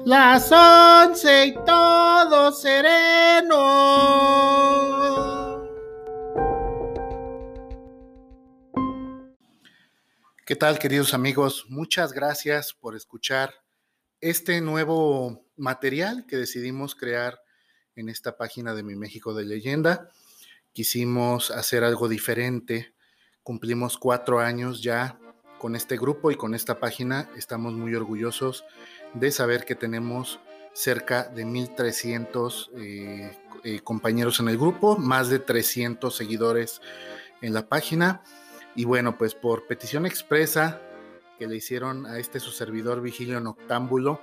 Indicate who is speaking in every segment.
Speaker 1: Las 11 y todo sereno. ¿Qué tal, queridos amigos? Muchas gracias por escuchar este nuevo material que decidimos crear en esta página de Mi México de Leyenda. Quisimos hacer algo diferente. Cumplimos 4 años ya con este grupo y con esta página. Estamos muy orgullosos de saber que tenemos cerca de 1,300 compañeros en el grupo, más de 300 seguidores en la página. Y bueno, pues por petición expresa que le hicieron a su servidor Vigilio Noctámbulo,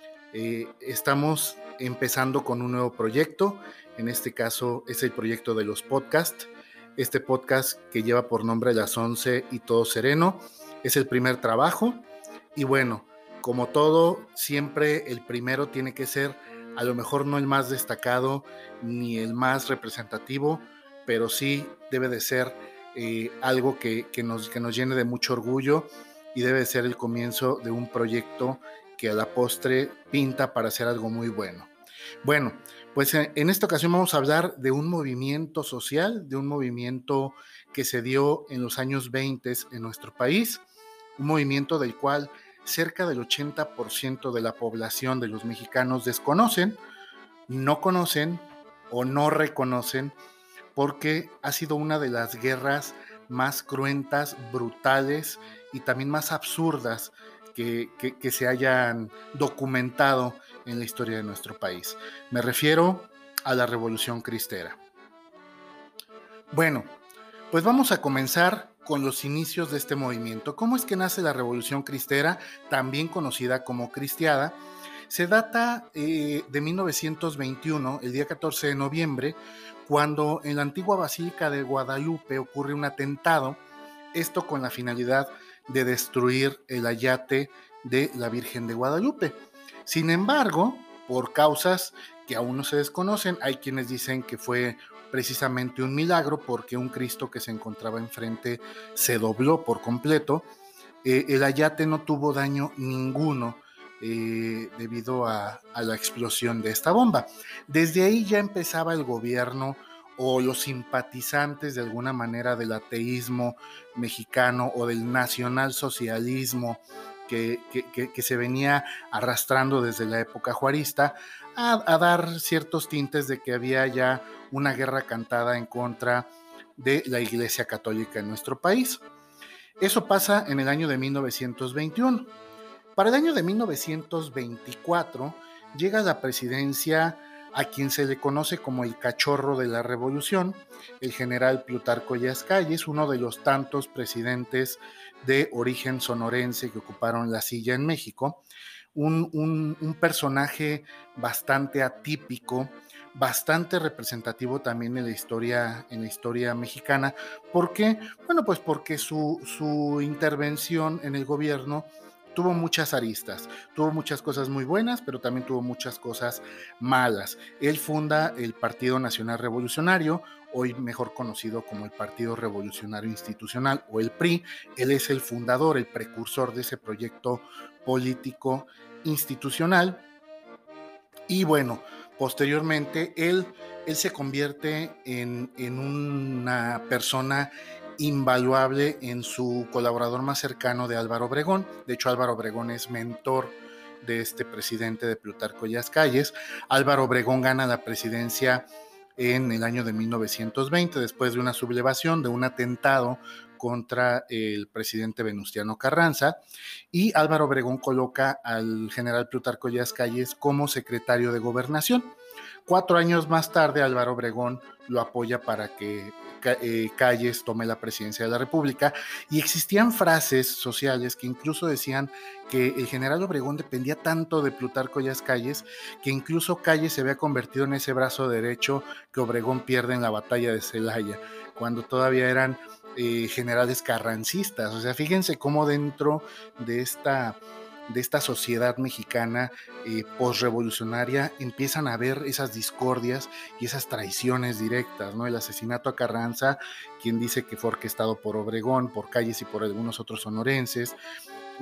Speaker 1: estamos empezando con un nuevo proyecto. En este caso es el proyecto de los podcasts. Este podcast que lleva por nombre Las 11 y todo sereno es el primer trabajo. Y bueno, como todo, siempre el primero tiene que ser a lo mejor no el más destacado ni el más representativo, pero sí debe de ser algo que nos llene de mucho orgullo, y debe de ser el comienzo de un proyecto que a la postre pinta para hacer algo muy bueno. Bueno, pues en esta ocasión vamos a hablar de un movimiento social, de un movimiento que se dio en los años 20 en nuestro país, un movimiento del cual cerca del 80% de la población de los mexicanos desconocen, no conocen o no reconocen, porque ha sido una de las guerras más cruentas, brutales y también más absurdas que se hayan documentado en la historia de nuestro país. Me refiero a la Revolución Cristera. Bueno, pues vamos a comenzar con los inicios de este movimiento. ¿Cómo es que nace la Revolución Cristera, también conocida como Cristiada? Se data de 1921, el día 14 de noviembre, cuando en la antigua Basílica de Guadalupe ocurre un atentado, esto con la finalidad de destruir el ayate de la Virgen de Guadalupe. Sin embargo, por causas que aún no se desconocen, hay quienes dicen que fue precisamente un milagro porque un Cristo que se encontraba enfrente se dobló por completo. El ayate no tuvo daño ninguno debido a la explosión de esta bomba. Desde ahí ya empezaba el gobierno o los simpatizantes de alguna manera del ateísmo mexicano o del nacionalsocialismo que se venía arrastrando desde la época juarista a dar ciertos tintes de que había ya una guerra cantada en contra de la Iglesia Católica en nuestro país. Eso pasa en el año de 1921. Para el año de 1924 llega a la presidencia a quien se le conoce como el cachorro de la revolución, el general Plutarco Elías Calles, uno de los tantos presidentes de origen sonorense que ocuparon la silla en México, un personaje bastante atípico, bastante representativo también en la historia mexicana. ¿Por qué? Bueno, pues porque su intervención en el gobierno tuvo muchas aristas, tuvo muchas cosas muy buenas, pero también tuvo muchas cosas malas. Él funda el Partido Nacional Revolucionario, hoy mejor conocido como el Partido Revolucionario Institucional o el PRI. Él es el fundador, el precursor de ese proyecto político institucional. Y bueno, posteriormente él se convierte en una persona invaluable en su colaborador más cercano de Álvaro Obregón. De hecho, Álvaro Obregón es mentor de este presidente, de Plutarco Elías Calles. Álvaro Obregón gana la presidencia en el año de 1920, después de una sublevación, de un atentado contra el presidente Venustiano Carranza, y Álvaro Obregón coloca al general Plutarco Elías Calles como secretario de Gobernación. 4 años más tarde, Álvaro Obregón lo apoya para que Calles tome la presidencia de la República, y existían frases sociales que incluso decían que el general Obregón dependía tanto de Plutarco Elías Calles que incluso Calles se había convertido en ese brazo derecho que Obregón pierde en la batalla de Celaya, cuando todavía eran generales carrancistas. O sea, fíjense cómo dentro de esta sociedad mexicana posrevolucionaria empiezan a haber esas discordias y esas traiciones directas, ¿no? El asesinato a Carranza, quien dice que fue orquestado por Obregón, por Calles y por algunos otros sonorenses.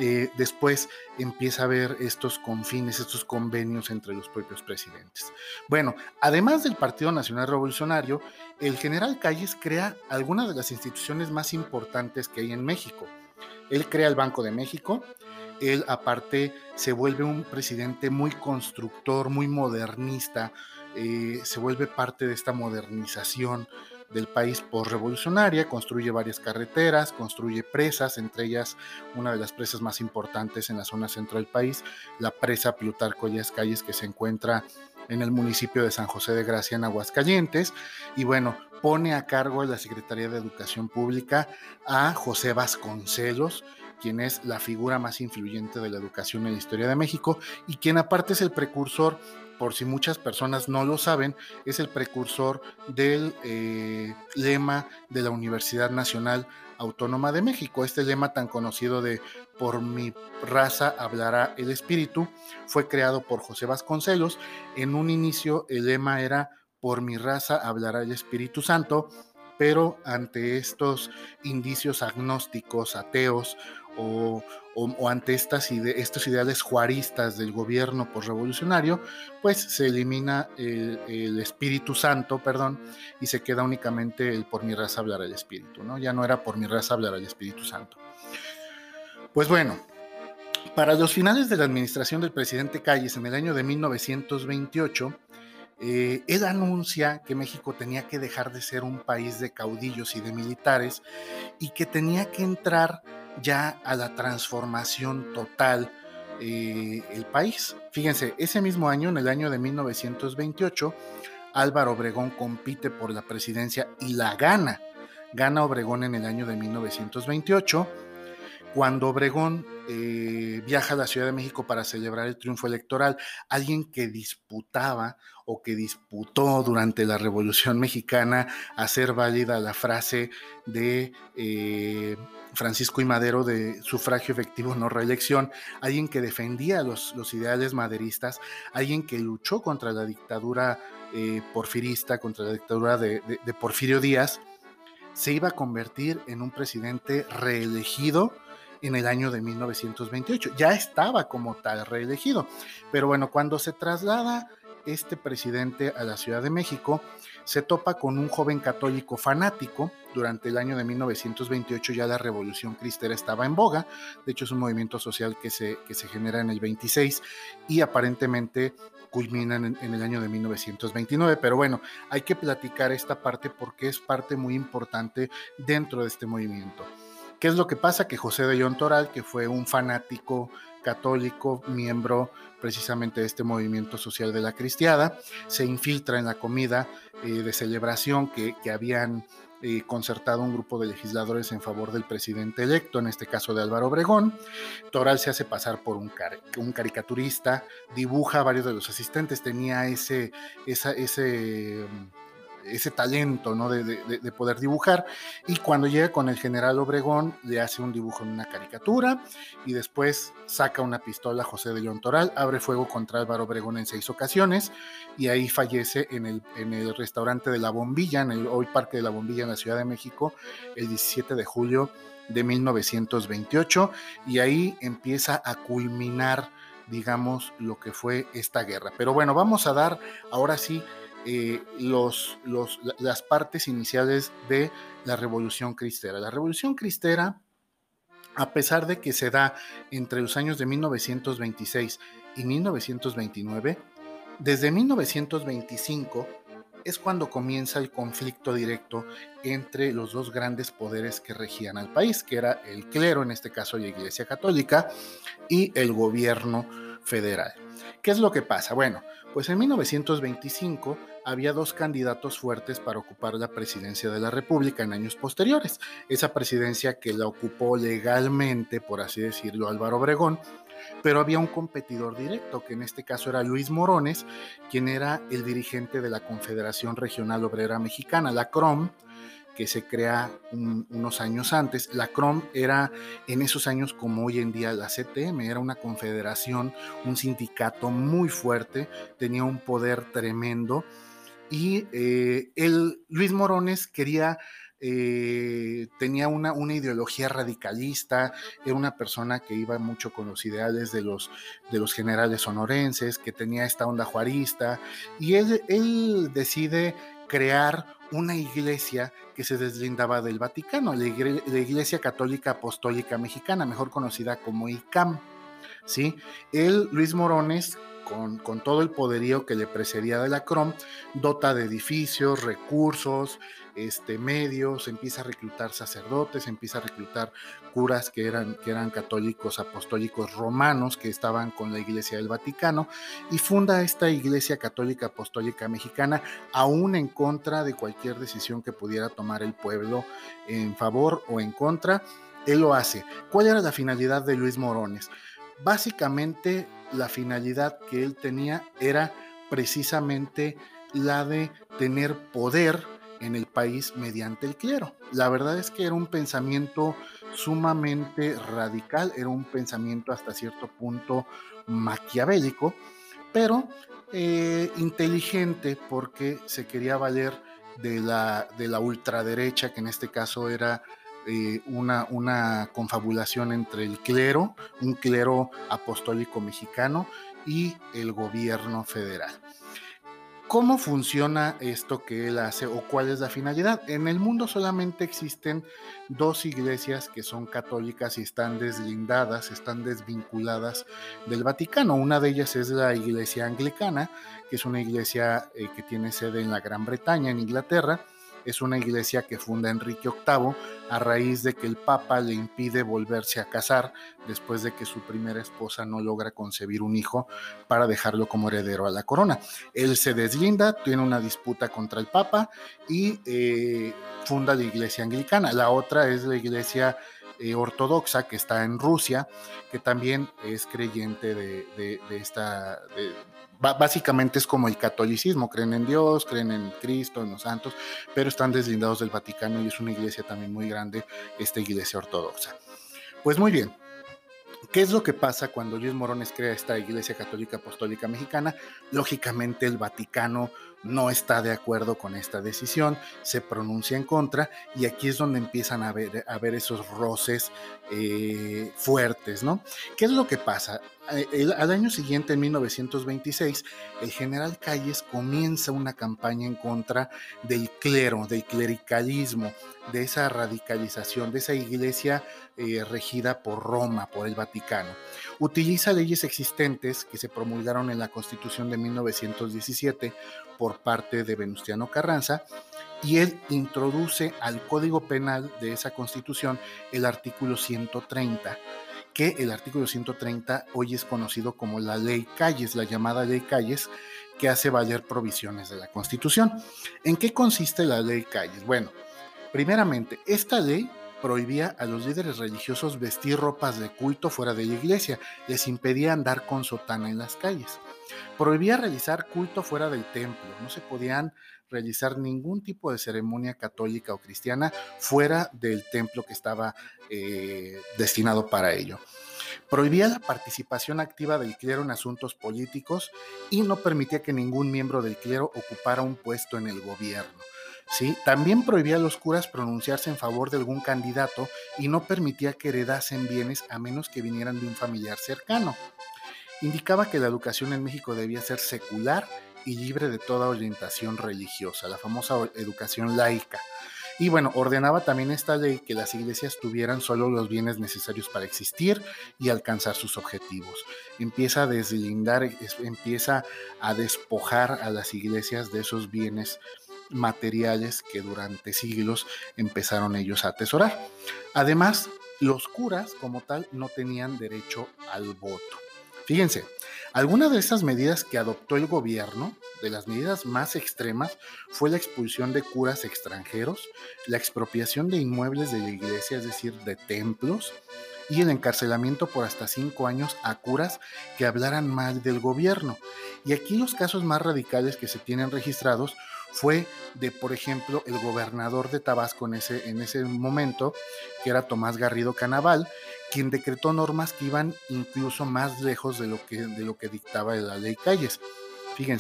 Speaker 1: después empieza a haber estos confines, estos convenios entre los propios presidentes. Bueno, además del Partido Nacional Revolucionario, el general Calles crea algunas de las instituciones más importantes que hay en México. Él crea el Banco de México. Él aparte se vuelve un presidente muy constructor, muy modernista, se vuelve parte de esta modernización del país postrevolucionaria, construye varias carreteras, construye presas, entre ellas una de las presas más importantes en la zona centro del país, la presa Plutarco Elías Calles, que se encuentra en el municipio de San José de Gracia, en Aguascalientes, y bueno, pone a cargo de la Secretaría de Educación Pública a José Vasconcelos, quien es la figura más influyente de la educación en la historia de México y quien aparte es el precursor, por si muchas personas no lo saben, es el precursor del lema de la Universidad Nacional Autónoma de México. Este lema tan conocido de "por mi raza hablará el espíritu" fue creado por José Vasconcelos. En un inicio el lema era "por mi raza hablará el Espíritu Santo", pero ante estos indicios agnósticos, ateos, o ante estos ideales juaristas del gobierno posrevolucionario, pues se elimina el Espíritu Santo, perdón, y se queda únicamente el "por mi raza hablará el Espíritu", ¿no? Ya no era "por mi raza hablará el Espíritu Santo". Pues bueno, para los finales de la administración del presidente Calles en el año de 1928, él anuncia que México tenía que dejar de ser un país de caudillos y de militares y que tenía que entrar ya a la transformación total el país. Fíjense, ese mismo año, en el año de 1928, Álvaro Obregón compite por la presidencia y la gana. Gana Obregón en el año de 1928. Cuando Obregón viaja a la Ciudad de México para celebrar el triunfo electoral, alguien que disputaba o que disputó durante la Revolución Mexicana hacer válida la frase de Francisco I. Madero de "sufragio efectivo, no reelección", alguien que defendía los ideales maderistas, alguien que luchó contra la dictadura porfirista, contra la dictadura de Porfirio Díaz, se iba a convertir en un presidente reelegido en el año de 1928. Ya estaba como tal reelegido. Pero bueno, cuando se traslada este presidente a la Ciudad de México, se topa con un joven católico fanático. Durante el año de 1928 ya la Revolución Cristera estaba en boga. De hecho, es un movimiento social que se genera en el 26 y aparentemente culminan en el año de 1929. Pero bueno, hay que platicar esta parte porque es parte muy importante dentro de este movimiento. ¿Qué es lo que pasa? Que José de León Toral, que fue un fanático católico, miembro precisamente de este movimiento social de la cristiada, se infiltra en la comida de celebración que habían concertado un grupo de legisladores en favor del presidente electo, en este caso de Álvaro Obregón. Toral se hace pasar por un caricaturista, dibuja a varios de los asistentes, tenía ese talento, ¿no? de poder dibujar, y cuando llega con el general Obregón le hace un dibujo en una caricatura y después saca una pistola José de León Toral, abre fuego contra Álvaro Obregón en 6 ocasiones y ahí fallece en el restaurante de La Bombilla, en el hoy Parque de La Bombilla en la Ciudad de México, el 17 de julio de 1928, y ahí empieza a culminar, digamos, lo que fue esta guerra. Pero bueno, vamos a dar ahora sí las partes iniciales de la Revolución Cristera. La Revolución Cristera, a pesar de que se da entre los años de 1926 y 1929, desde 1925 es cuando comienza el conflicto directo entre los dos grandes poderes que regían al país, que era el clero, en este caso la Iglesia Católica, y el gobierno federal. ¿Qué es lo que pasa? Bueno, pues en 1925 había 2 candidatos fuertes para ocupar la presidencia de la República en años posteriores. Esa presidencia que la ocupó legalmente, por así decirlo, Álvaro Obregón, pero había un competidor directo, que en este caso era Luis Morones, quien era el dirigente de la Confederación Regional Obrera Mexicana, la CROM, que se crea unos años antes. La CROM era en esos años como hoy en día la CTM, era una confederación, un sindicato muy fuerte, tenía un poder tremendo, y Luis Morones quería tenía una ideología radicalista, era una persona que iba mucho con los ideales de los generales sonorenses, que tenía esta onda juarista, y él decide crear una iglesia que se deslindaba del Vaticano, la Iglesia Católica Apostólica Mexicana, mejor conocida como ICAM. ¿Sí? Él, Luis Morones, con todo el poderío que le precedía de la CROM, dota de edificios, recursos, medios, empieza a reclutar sacerdotes, empieza a reclutar curas que eran católicos apostólicos romanos que estaban con la Iglesia del Vaticano, y funda esta Iglesia Católica Apostólica Mexicana, aún en contra de cualquier decisión que pudiera tomar el pueblo en favor o en contra. Él lo hace. ¿Cuál era la finalidad de Luis Morones? Básicamente la finalidad que él tenía era precisamente la de tener poder en el país mediante el clero. La verdad es que era un pensamiento sumamente radical, era un pensamiento hasta cierto punto maquiavélico, pero inteligente, porque se quería valer de la ultraderecha, que en este caso era una confabulación entre el clero, un clero apostólico mexicano, y el gobierno federal. ¿Cómo funciona esto que él hace o cuál es la finalidad? En el mundo solamente existen dos iglesias que son católicas y están deslindadas, están desvinculadas del Vaticano. Una de ellas es la iglesia anglicana, que es una iglesia que tiene sede en la Gran Bretaña, en Inglaterra. Es una iglesia que funda Enrique VIII a raíz de que el Papa le impide volverse a casar después de que su primera esposa no logra concebir un hijo para dejarlo como heredero a la corona. Él se deslinda, tiene una disputa contra el Papa y funda la iglesia anglicana. La otra es la iglesia ortodoxa que está en Rusia, que también es creyente de esta... básicamente es como el catolicismo, creen en Dios, creen en Cristo, en los santos, pero están deslindados del Vaticano y es una iglesia también muy grande, esta iglesia ortodoxa. Pues muy bien, ¿qué es lo que pasa cuando Luis Morones crea esta Iglesia Católica Apostólica Mexicana? Lógicamente el Vaticano no está de acuerdo con esta decisión, se pronuncia en contra, y aquí es donde empiezan a ver esos roces fuertes, ¿no? ¿Qué es lo que pasa? Al año siguiente, en 1926, el general Calles comienza una campaña en contra del clero, del clericalismo, de esa radicalización, de esa iglesia regida por Roma, por el Vaticano. Utiliza leyes existentes que se promulgaron en la Constitución de 1917 por parte de Venustiano Carranza, y él introduce al Código Penal de esa Constitución el artículo 130, que el artículo 130 hoy es conocido como la Ley Calles, la llamada Ley Calles, que hace valer provisiones de la Constitución. ¿En qué consiste la Ley Calles? Bueno, primeramente, esta ley prohibía a los líderes religiosos vestir ropas de culto fuera de la iglesia, les impedía andar con sotana en las calles, prohibía realizar culto fuera del templo, no se podían realizar ningún tipo de ceremonia católica o cristiana fuera del templo que estaba destinado para ello. Prohibía la participación activa del clero en asuntos políticos y no permitía que ningún miembro del clero ocupara un puesto en el gobierno. ¿Sí? También prohibía a los curas pronunciarse en favor de algún candidato y no permitía que heredasen bienes a menos que vinieran de un familiar cercano. Indicaba que la educación en México debía ser secular y libre de toda orientación religiosa, la famosa educación laica. Y bueno, ordenaba también esta ley que las iglesias tuvieran solo los bienes necesarios para existir y alcanzar sus objetivos. Empieza a deslindar, empieza a despojar a las iglesias de esos bienes materiales que durante siglos empezaron ellos a atesorar. Además, los curas como tal no tenían derecho al voto. Fíjense, algunas de estas medidas que adoptó el gobierno, de las medidas más extremas, fue la expulsión de curas extranjeros, la expropiación de inmuebles de la iglesia, es decir, de templos, y el encarcelamiento por hasta 5 años a curas que hablaran mal del gobierno. Y aquí los casos más radicales que se tienen registrados fue de, por ejemplo, el gobernador de Tabasco en ese momento, que era Tomás Garrido Canaval, quien decretó normas que iban incluso más lejos de lo que dictaba la ley Calles. Fíjense,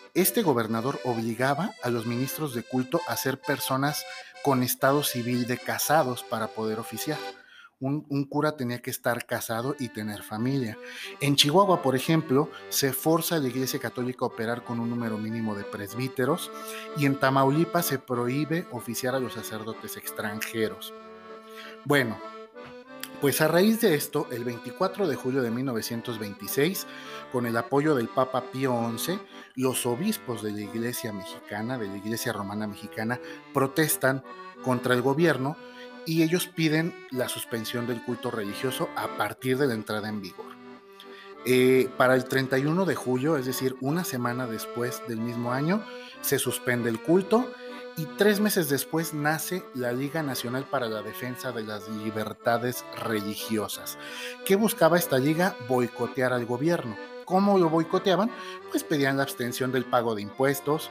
Speaker 1: Este gobernador obligaba a los ministros de culto a ser personas con estado civil de casados para poder oficiar. Un cura tenía que estar casado y tener familia. En Chihuahua, por ejemplo, se forza a la Iglesia Católica a operar con un número mínimo de presbíteros, y en Tamaulipas se prohíbe oficiar a los sacerdotes extranjeros. Bueno, pues a raíz de esto, el 24 de julio de 1926, con el apoyo del Papa Pío XI, los obispos de la Iglesia mexicana, de la Iglesia romana mexicana, protestan contra el gobierno, y ellos piden la suspensión del culto religioso a partir de la entrada en vigor. Para el 31 de julio, es decir, una semana después del mismo año, se suspende el culto, y 3 meses después nace la Liga Nacional para la Defensa de las Libertades Religiosas. ¿Qué buscaba esta liga? Boicotear al gobierno. ¿Cómo lo boicoteaban? Pues pedían la abstención del pago de impuestos,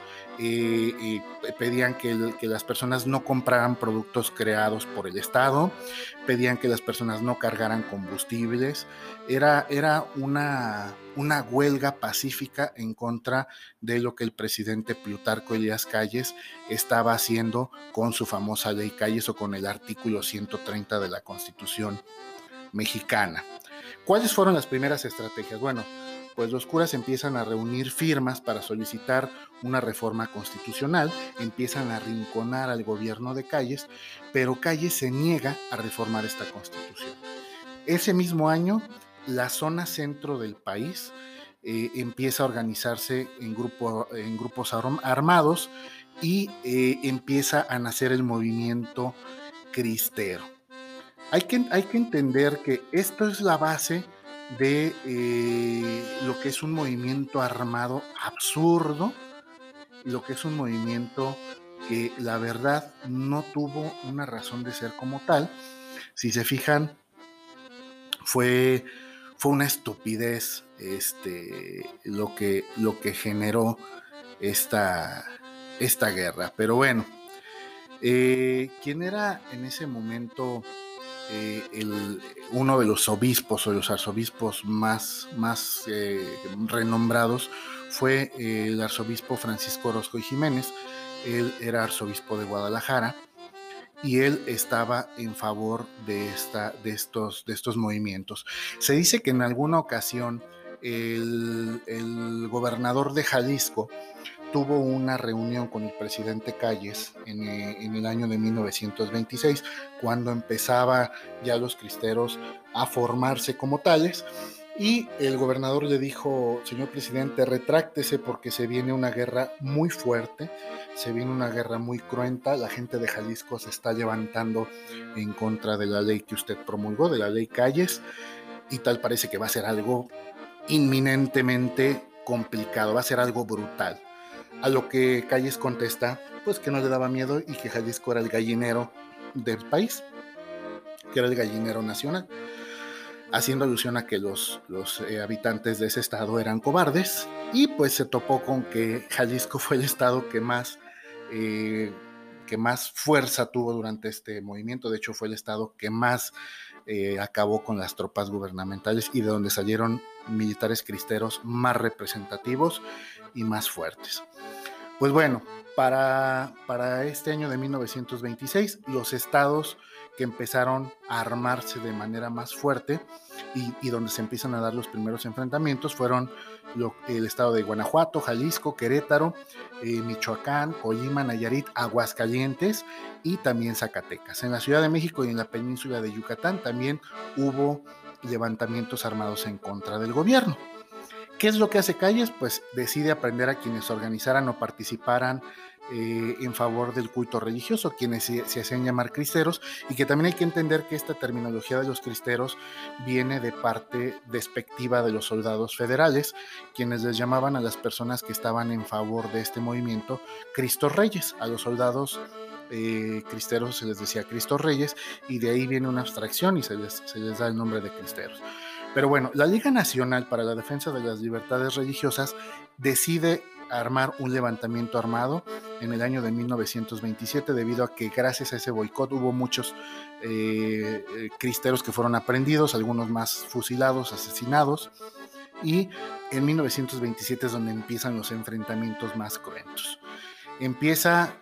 Speaker 1: pedían que las personas no compraran productos creados por el Estado, pedían que las personas no cargaran combustibles. Era una huelga pacífica en contra de lo que el presidente Plutarco Elías Calles estaba haciendo con su famosa ley Calles, o con el artículo 130 de la Constitución mexicana. ¿Cuáles fueron las primeras estrategias? Bueno, pues los curas empiezan a reunir firmas para solicitar una reforma constitucional, empiezan a arrinconar al gobierno de Calles, pero Calles se niega a reformar esta constitución. Ese mismo año, la zona centro del país empieza a organizarse en grupos armados, y empieza a nacer el movimiento cristero. Hay que entender que esto es la base de lo que es un movimiento armado absurdo, lo que es un movimiento que la verdad no tuvo una razón de ser como tal. Si se fijan, fue una estupidez lo que generó esta guerra. Pero bueno, ¿quién era en ese momento uno de los obispos o los arzobispos más renombrados? Fue el arzobispo Francisco Orozco y Jiménez. Él era arzobispo de Guadalajara, y él estaba en favor de estos movimientos. Se dice que en alguna ocasión el gobernador de Jalisco tuvo una reunión con el presidente Calles en el año de 1926, cuando empezaba ya los cristeros a formarse como tales, y el gobernador le dijo: señor presidente, retráctese porque se viene una guerra muy fuerte, se viene una guerra muy cruenta, la gente de Jalisco se está levantando en contra de la ley que usted promulgó, de la ley Calles, y tal parece que va a ser algo inminentemente complicado, va a ser algo brutal. A lo que Calles contesta, pues que no le daba miedo, y que Jalisco era el gallinero del país, que era el gallinero nacional, haciendo alusión a que los habitantes de ese estado eran cobardes, y pues se topó con que Jalisco fue el estado que más fuerza tuvo durante este movimiento. De hecho, fue el estado que más acabó con las tropas gubernamentales, y de donde salieron militares cristeros más representativos y más fuertes. Pues bueno, para este año de 1926, los estados que empezaron a armarse de manera más fuerte, y donde se empiezan a dar los primeros enfrentamientos, fueron el estado de Guanajuato, Jalisco, Querétaro, Michoacán, Colima, Nayarit, Aguascalientes y también Zacatecas. En la Ciudad de México y en la península de Yucatán también hubo levantamientos armados en contra del gobierno. ¿Qué es lo que hace Calles? Pues decide aprender a quienes organizaran o participaran en favor del culto religioso, quienes se hacían llamar cristeros, y que también hay que entender que esta terminología de los cristeros viene de parte despectiva de los soldados federales, quienes les llamaban a las personas que estaban en favor de este movimiento Cristos Reyes. A los soldados cristeros se les decía Cristos Reyes, y de ahí viene una abstracción y se les da el nombre de cristeros. Pero bueno, la Liga Nacional para la Defensa de las Libertades Religiosas decide armar un levantamiento armado en el año de 1927, debido a que gracias a ese boicot hubo muchos cristeros que fueron aprehendidos, algunos más fusilados, asesinados, y en 1927 es donde empiezan los enfrentamientos más cruentos. Empieza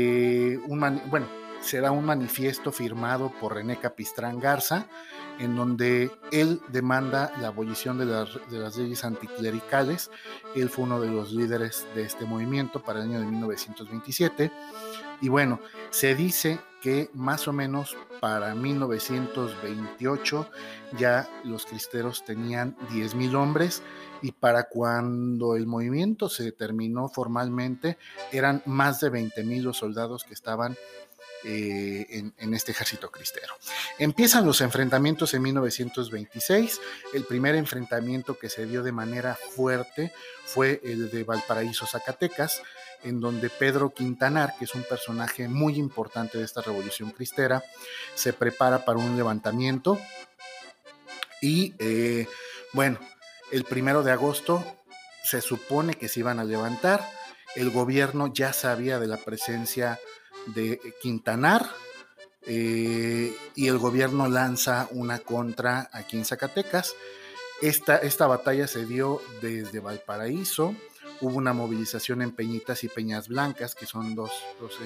Speaker 1: se da un manifiesto firmado por René Capistrán Garza, en donde él demanda la abolición de las leyes anticlericales. Él fue uno de los líderes de este movimiento para el año de 1927. Y bueno, se dice que más o menos para 1928 ya los cristeros tenían 10,000 hombres, y para cuando el movimiento se terminó formalmente eran más de 20,000 los soldados que estaban en este ejército cristero. Empiezan los enfrentamientos en 1926. El primer enfrentamiento que se dio de manera fuerte fue el de Valparaíso, Zacatecas, en donde Pedro Quintanar, que es un personaje muy importante de esta revolución cristera, se prepara para un levantamiento y bueno, el 1 de agosto se supone que se iban a levantar. El gobierno ya sabía de la presencia de Quintanar, y el gobierno lanza una contra aquí en Zacatecas. Esta batalla se dio desde Valparaíso. Hubo una movilización en Peñitas y Peñas Blancas, que son dos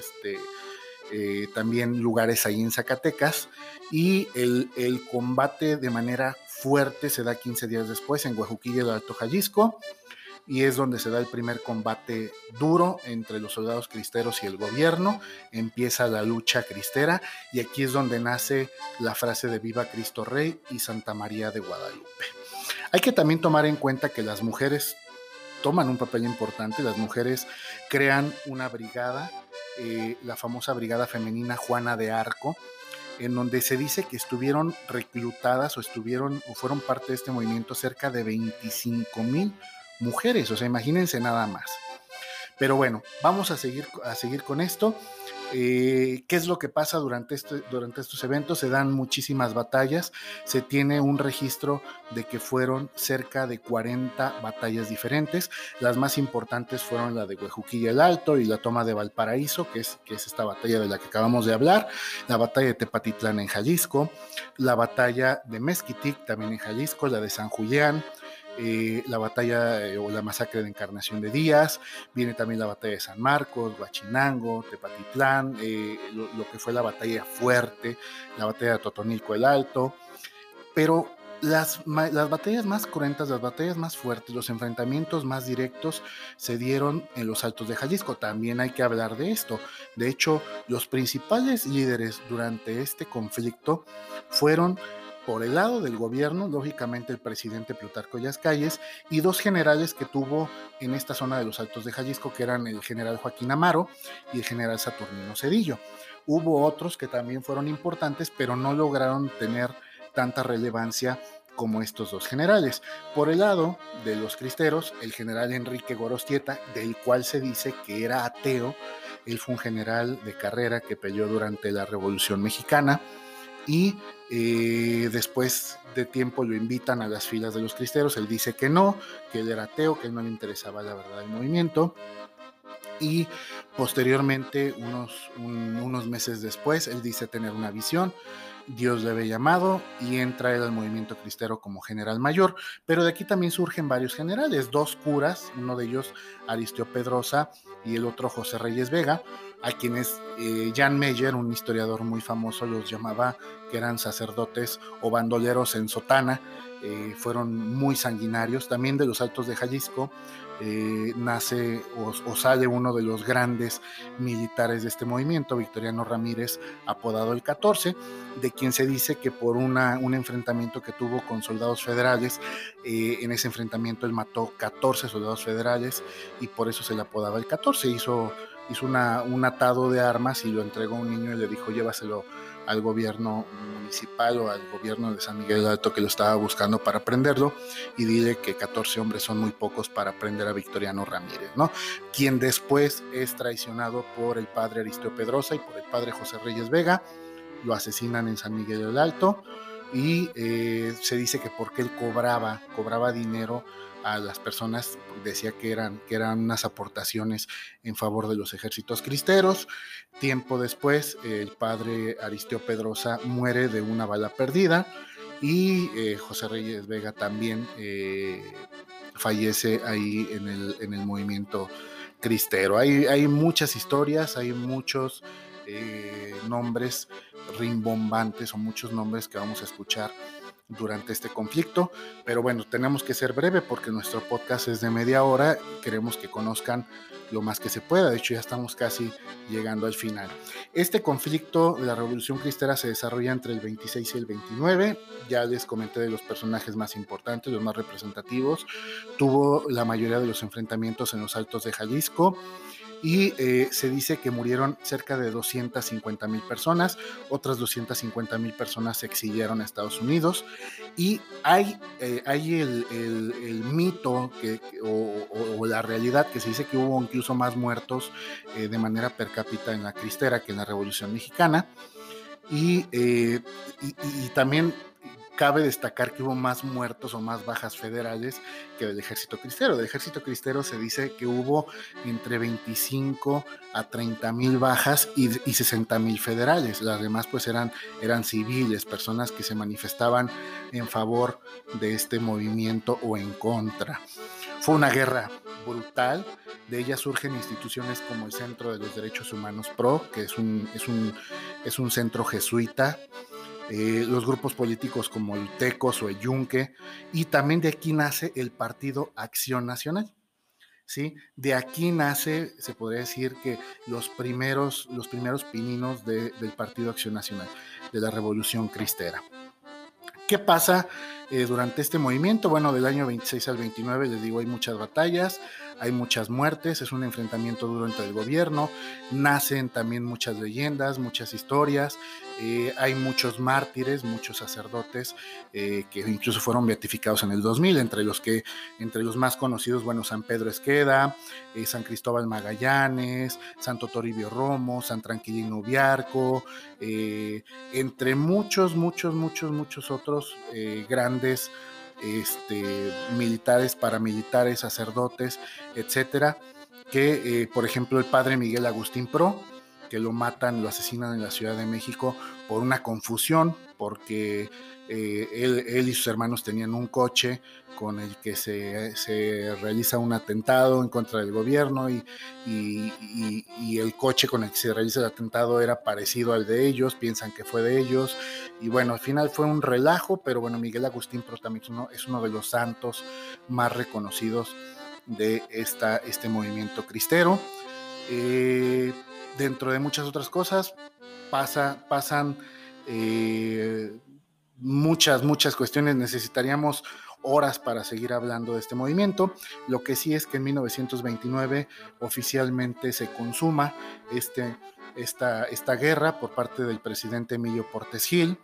Speaker 1: también lugares ahí en Zacatecas, y el combate de manera fuerte se da 15 días después en Guajuquilla del Alto Jalisco, y es donde se da el primer combate duro entre los soldados cristeros y el gobierno. Empieza la lucha cristera, y aquí es donde nace la frase de Viva Cristo Rey y Santa María de Guadalupe. Hay que también tomar en cuenta que las mujeres toman un papel importante. Las mujeres crean una brigada, la famosa Brigada Femenina Juana de Arco, en donde se dice que estuvieron reclutadas o fueron parte de este movimiento cerca de 25,000 mujeres. O sea, imagínense nada más. Pero bueno, vamos a seguir con esto. ¿Qué es lo que pasa durante estos eventos? Se dan muchísimas batallas. Se tiene un registro de que fueron cerca de 40 batallas diferentes. Las más importantes fueron la de Huejuquilla el Alto y la toma de Valparaíso, que es esta batalla de la que acabamos de hablar, la batalla de Tepatitlán en Jalisco, la batalla de Mezquitic también en Jalisco, la de San Julián, la batalla o la masacre de Encarnación de Díaz. Viene también la batalla de San Marcos, Huachinango, Tepatitlán, lo que fue la batalla fuerte, la batalla de Totonilco el Alto. Pero las batallas más cruentas, las batallas más fuertes, los enfrentamientos más directos se dieron en los Altos de Jalisco. También hay que hablar de esto. De hecho, los principales líderes durante este conflicto fueron, por el lado del gobierno, lógicamente el presidente Plutarco Elías Calles, y dos generales que tuvo en esta zona de los Altos de Jalisco, que eran el general Joaquín Amaro y el general Saturnino Cedillo. Hubo otros que también fueron importantes, pero no lograron tener tanta relevancia como estos dos generales. Por el lado de los cristeros, el general Enrique Gorostieta, del cual se dice que era ateo. Él fue un general de carrera que peleó durante la Revolución Mexicana, y después de tiempo lo invitan a las filas de los cristeros. Él dice que no, que él era ateo, que él no le interesaba la verdad del movimiento. Y posteriormente, unos meses después, él dice tener una visión. Dios le había llamado y entra él al movimiento cristero como general mayor. Pero de aquí también surgen varios generales, dos curas, uno de ellos Aristeo Pedrosa y el otro José Reyes Vega, a quienes Jan Meyer, un historiador muy famoso, los llamaba que eran sacerdotes o bandoleros en sotana. Fueron muy sanguinarios. También de los Altos de Jalisco nace o sale uno de los grandes militares de este movimiento, Victoriano Ramírez, apodado el 14, de quien se dice que por un enfrentamiento que tuvo con soldados federales, en ese enfrentamiento él mató 14 soldados federales, y por eso se le apodaba el 14. Hizo un atado de armas y lo entregó a un niño y le dijo: llévaselo al gobierno municipal o al gobierno de San Miguel del Alto, que lo estaba buscando para prenderlo, y dile que 14 hombres son muy pocos para prender a Victoriano Ramírez, ¿no? Quien después es traicionado por el padre Aristeo Pedrosa y por el padre José Reyes Vega. Lo asesinan en San Miguel del Alto, y se dice que porque él cobraba dinero a las personas, decía que eran unas aportaciones en favor de los ejércitos cristeros. Tiempo después, el padre Aristeo Pedrosa muere de una bala perdida, y José Reyes Vega también fallece ahí en el movimiento cristero. Hay muchas historias, hay muchos nombres rimbombantes o muchos nombres que vamos a escuchar durante este conflicto, pero bueno, tenemos que ser breve porque nuestro podcast es de media hora y queremos que conozcan lo más que se pueda. De hecho, ya estamos casi llegando al final. Este conflicto de la Revolución Cristera se desarrolla entre el 26 y el 29. Ya les comenté de los personajes más importantes, los más representativos. Tuvo la mayoría de los enfrentamientos en los Altos de Jalisco, y se dice que murieron cerca de 250,000 personas, otras 250,000 personas se exiliaron a Estados Unidos, y hay el mito o la realidad que se dice que hubo incluso más muertos de manera per cápita en la Cristera que en la Revolución Mexicana, y, eh, y también cabe destacar que hubo más muertos o más bajas federales que del ejército cristero. Del ejército cristero se dice que hubo entre 25 a 30,000 bajas y 60,000 federales. Las demás pues eran civiles, personas que se manifestaban en favor de este movimiento o en contra. Fue una guerra brutal. De ella surgen instituciones como el Centro de los Derechos Humanos PRO, que es un centro jesuita, los grupos políticos como el TECOS o el Yunque, y también de aquí nace el Partido Acción Nacional. ¿Sí? De aquí nace, se podría decir que los primeros pininos del Partido Acción Nacional, de la Revolución Cristera. ¿Qué pasa durante este movimiento? Bueno, del año 26 al 29, les digo, hay muchas batallas, hay muchas muertes, es un enfrentamiento duro entre el gobierno, nacen también muchas leyendas, muchas historias, hay muchos mártires, muchos sacerdotes que incluso fueron beatificados en el 2000, entre los más conocidos, bueno, San Pedro Esqueda, San Cristóbal Magallanes, Santo Toribio Romo, San Tranquilino Viarco, entre muchos otros grandes militares, paramilitares, sacerdotes, etcétera, que por ejemplo el padre Miguel Agustín Pro, que lo asesinan en la Ciudad de México por una confusión, porque él y sus hermanos tenían un coche con el que se realiza un atentado en contra del gobierno, y el coche con el que se realiza el atentado era parecido al de ellos, piensan que fue de ellos, y bueno, al final fue un relajo, pero bueno, Miguel Agustín Pro también es uno de los santos más reconocidos de este movimiento cristero. Dentro de muchas otras cosas pasan muchas cuestiones. Necesitaríamos horas para seguir hablando de este movimiento. Lo que sí es que en 1929 oficialmente se consuma esta guerra por parte del presidente Emilio Portes Gil.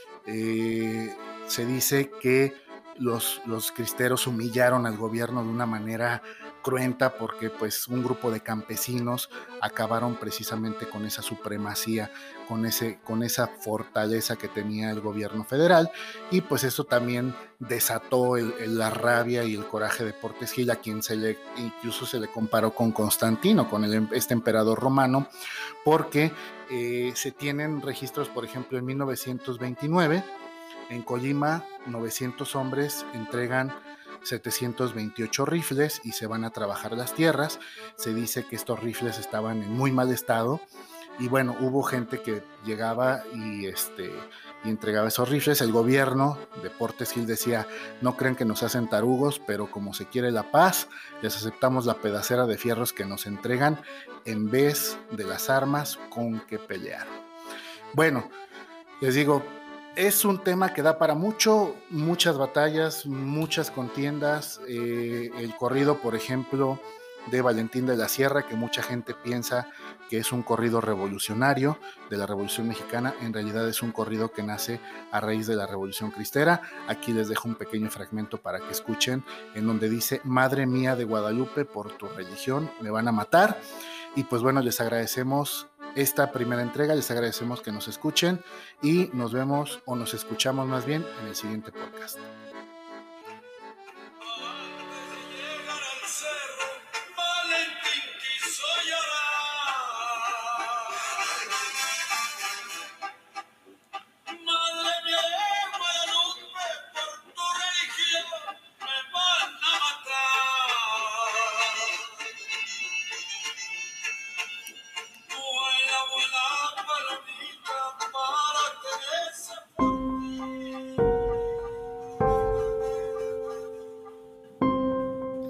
Speaker 1: Se dice que los cristeros humillaron al gobierno de una manera cruenta, porque pues un grupo de campesinos acabaron precisamente con esa supremacía, con esa fortaleza que tenía el gobierno federal, y pues eso también desató la rabia y el coraje de Portes Gil, a quien incluso se le comparó con Constantino, con este emperador romano, porque se tienen registros, por ejemplo, en 1929 en Colima, 900 hombres entregan 728 rifles y se van a trabajar las tierras. Se dice que estos rifles estaban en muy mal estado, y bueno, hubo gente que llegaba y entregaba esos rifles. El gobierno de Portes Gil decía: no crean que nos hacen tarugos, pero como se quiere la paz, les aceptamos la pedacera de fierros que nos entregan en vez de las armas con que pelear. Bueno, les digo, es un tema que da para muchas batallas, muchas contiendas. El corrido, por ejemplo, de Valentín de la Sierra, que mucha gente piensa que es un corrido revolucionario de la Revolución Mexicana, en realidad es un corrido que nace a raíz de la Revolución Cristera. Aquí les dejo un pequeño fragmento para que escuchen, en donde dice: Madre mía de Guadalupe, por tu religión me van a matar. Y pues bueno, les agradecemos esta primera entrega, les agradecemos que nos escuchen, y nos vemos, o nos escuchamos más bien, en el siguiente podcast.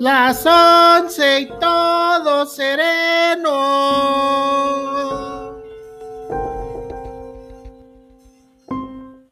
Speaker 1: las 11 y todo sereno.